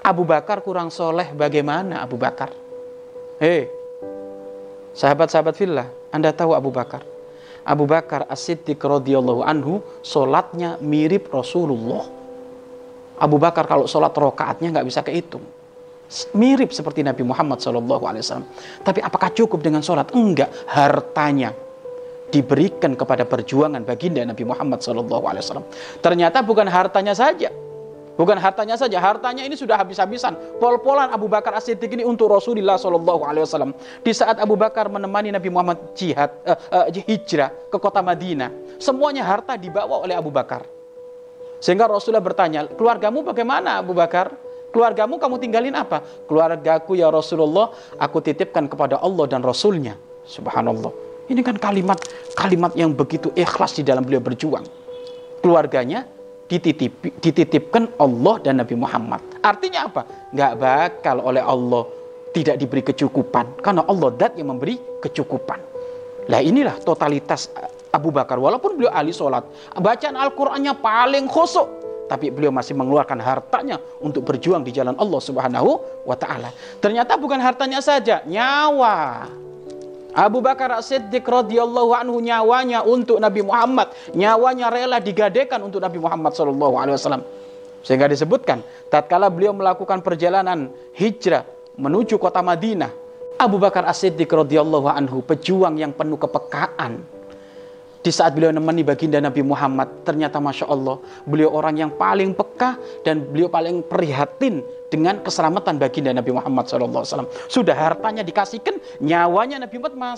Abu Bakar kurang soleh bagaimana Abu Bakar? Hei, sahabat-sahabat fillah, Anda tahu Abu Bakar? Abu Bakar As-Siddiq radhiyallahu anhu solatnya mirip Rasulullah. Abu Bakar kalau solat rokaatnya nggak bisa kehitung, mirip seperti Nabi Muhammad SAW. Tapi apakah cukup dengan solat? Enggak, hartanya diberikan kepada perjuangan baginda Nabi Muhammad SAW. Ternyata bukan hartanya saja. Bukan hartanya saja, hartanya ini sudah habis-habisan. Pol-polan Abu Bakar As-Siddiq ini untuk Rasulullah SAW. Di saat Abu Bakar menemani Nabi Muhammad hijrah ke kota Madinah, semuanya harta dibawa oleh Abu Bakar. Sehingga Rasulullah bertanya, keluargamu bagaimana Abu Bakar? Keluargamu kamu tinggalin apa? Keluargaku ya Rasulullah, aku titipkan kepada Allah dan Rasulnya. Subhanallah. Ini kan kalimat yang begitu ikhlas di dalam beliau berjuang. Keluarganya dititipkan Allah dan Nabi Muhammad. Artinya apa? Nggak bakal oleh Allah tidak diberi kecukupan, karena Allah dat yang memberi kecukupan. Lah inilah totalitas Abu Bakar. Walaupun beliau ahli sholat, bacaan Al-Qur'annya paling khusyuk, tapi beliau masih mengeluarkan hartanya untuk berjuang di jalan Allah Subhanahu wa ta'ala. Ternyata bukan hartanya saja, nyawa. Abu Bakar As-Siddiq radhiyallahu anhu nyawanya untuk Nabi Muhammad, nyawanya rela digadaikan untuk Nabi Muhammad SAW. Sehingga disebutkan, tatkala beliau melakukan perjalanan hijrah menuju kota Madinah, Abu Bakar As-Siddiq radhiyallahu anhu pejuang yang penuh kepekaan. Di saat beliau menemani baginda Nabi Muhammad, ternyata Masya Allah, beliau orang yang paling peka dan beliau paling prihatin dengan keselamatan baginda Nabi Muhammad SAW. Sudah hartanya dikasihkan, nyawanya Nabi Muhammad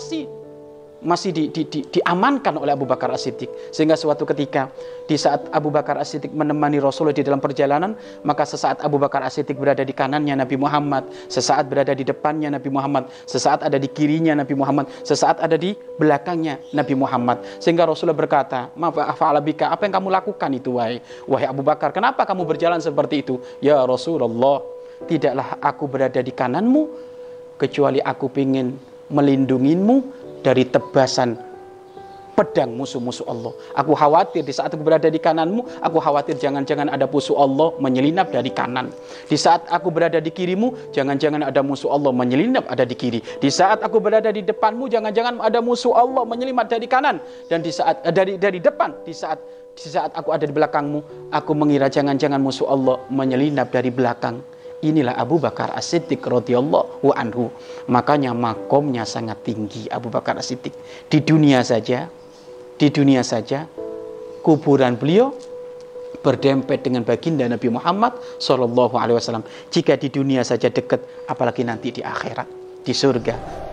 masih diamankan oleh Abu Bakar As-Siddiq. Sehingga suatu ketika, di saat Abu Bakar As-Siddiq menemani Rasulullah di dalam perjalanan, maka sesaat Abu Bakar As-Siddiq berada di kanannya Nabi Muhammad, sesaat berada di depannya Nabi Muhammad, sesaat ada di kirinya Nabi Muhammad, sesaat ada di belakangnya Nabi Muhammad. Sehingga Rasulullah berkata, "Mafa'alabika, apa yang kamu lakukan itu wahai Abu Bakar? Kenapa kamu berjalan seperti itu?" "Ya Rasulullah, tidaklah aku berada di kananmu kecuali aku ingin melindungimu dari tebasan pedang musuh-musuh Allah. Aku khawatir di saat aku berada di kananmu, aku khawatir jangan-jangan ada musuh Allah menyelinap dari kanan. Di saat aku berada di kirimu, jangan-jangan ada musuh Allah menyelinap ada di kiri. Di saat aku berada di depanmu, jangan-jangan ada musuh Allah menyelinap dari kanan. Dan di saat dari depan, di saat aku ada di belakangmu, aku mengira jangan-jangan musuh Allah menyelinap dari belakang." Inilah Abu Bakar As-Siddiq radhiyallahu anhu. Makanya makomnya sangat tinggi Abu Bakar As-Siddiq. Di dunia saja kuburan beliau berdempet dengan baginda Nabi Muhammad SAW. Jika di dunia saja dekat, apalagi nanti di akhirat, di surga.